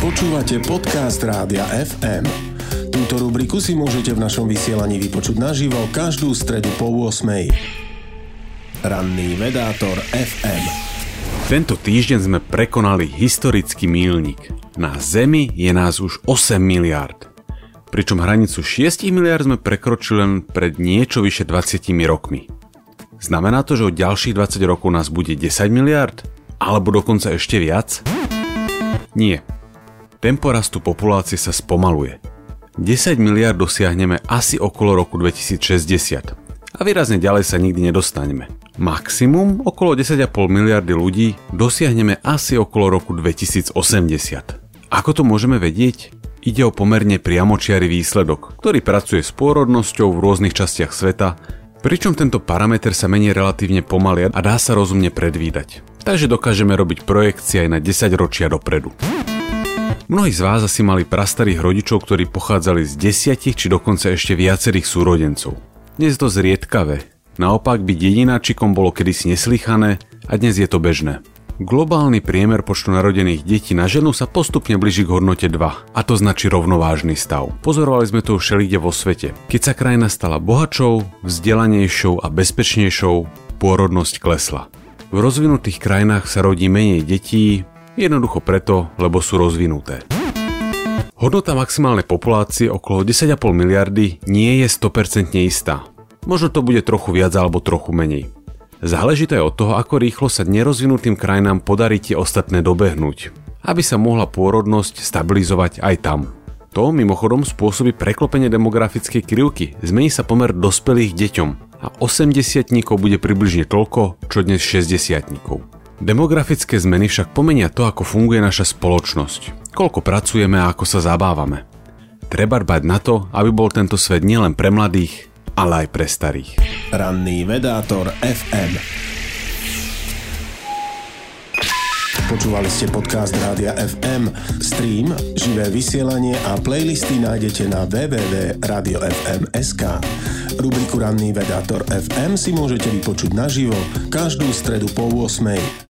Počúvate podcast Rádia FM. Túto rubriku si môžete v našom vysielaní vypočuť naživo každú stredu po 8:00. Ranný vedátor FM. Tento týždeň sme prekonali historický míľnik. Na Zemi je nás už 8 miliárd. Pričom hranicu 6 miliárd sme prekročili len pred niečo vyše 20 rokmi. Znamená to, že o ďalších 20 rokov nás bude 10 miliárd? Alebo dokonca ešte viac? Nie. Tempo rastu populácie sa spomaluje. 10 miliárd dosiahneme asi okolo roku 2060. A výrazne ďalej sa nikdy nedostaneme. Maximum okolo 10,5 miliardy ľudí dosiahneme asi okolo roku 2080. Ako to môžeme vedieť? Ide o pomerne priamočiary výsledok, ktorý pracuje s pôrodnosťou v rôznych častiach sveta, pričom tento parameter sa mení relatívne pomaly a dá sa rozumne predvídať. Takže dokážeme robiť projekcie aj na 10 ročia dopredu. Mnohí z vás asi mali prastarých rodičov, ktorí pochádzali z 10 či dokonca ešte viacerých súrodencov. Dnes je to zriedkavé. Naopak byť jedináčikom bolo kedysi neslýchané a dnes je to bežné. Globálny priemer počtu narodených detí na ženu sa postupne blíži k hodnote 2 a to značí rovnovážny stav. Pozorovali sme to už všelikde vo svete. Keď sa krajina stala bohatšou, vzdelanejšou a bezpečnejšou, pôrodnosť klesla. V rozvinutých krajinách sa rodí menej detí, jednoducho preto, lebo sú rozvinuté. Hodnota maximálnej populácie okolo 10,5 miliardy nie je 100% istá. Možno to bude trochu viac alebo trochu menej. Záleží to aj od toho, ako rýchlo sa nerozvinutým krajinám podarí tie ostatné dobehnúť, aby sa mohla pôrodnosť stabilizovať aj tam. To mimochodom spôsobí preklopenie demografickej krivky, zmení sa pomer dospelých deťom a 80-tníkov bude približne toľko, čo dnes 60-tníkov. Demografické zmeny však pomenia to, ako funguje naša spoločnosť, koľko pracujeme a ako sa zabávame. Treba dbať na to, aby bol tento svet nielen pre mladých, ale aj pre starých. Ranný vedátor FM. Počúvali ste podcast Rádia FM. Stream, živé vysielanie a playlisty nájdete na www.radiofm.sk. Rubriku Ranný vedátor FM si môžete vypočuť naživo každú stredu po 8:00.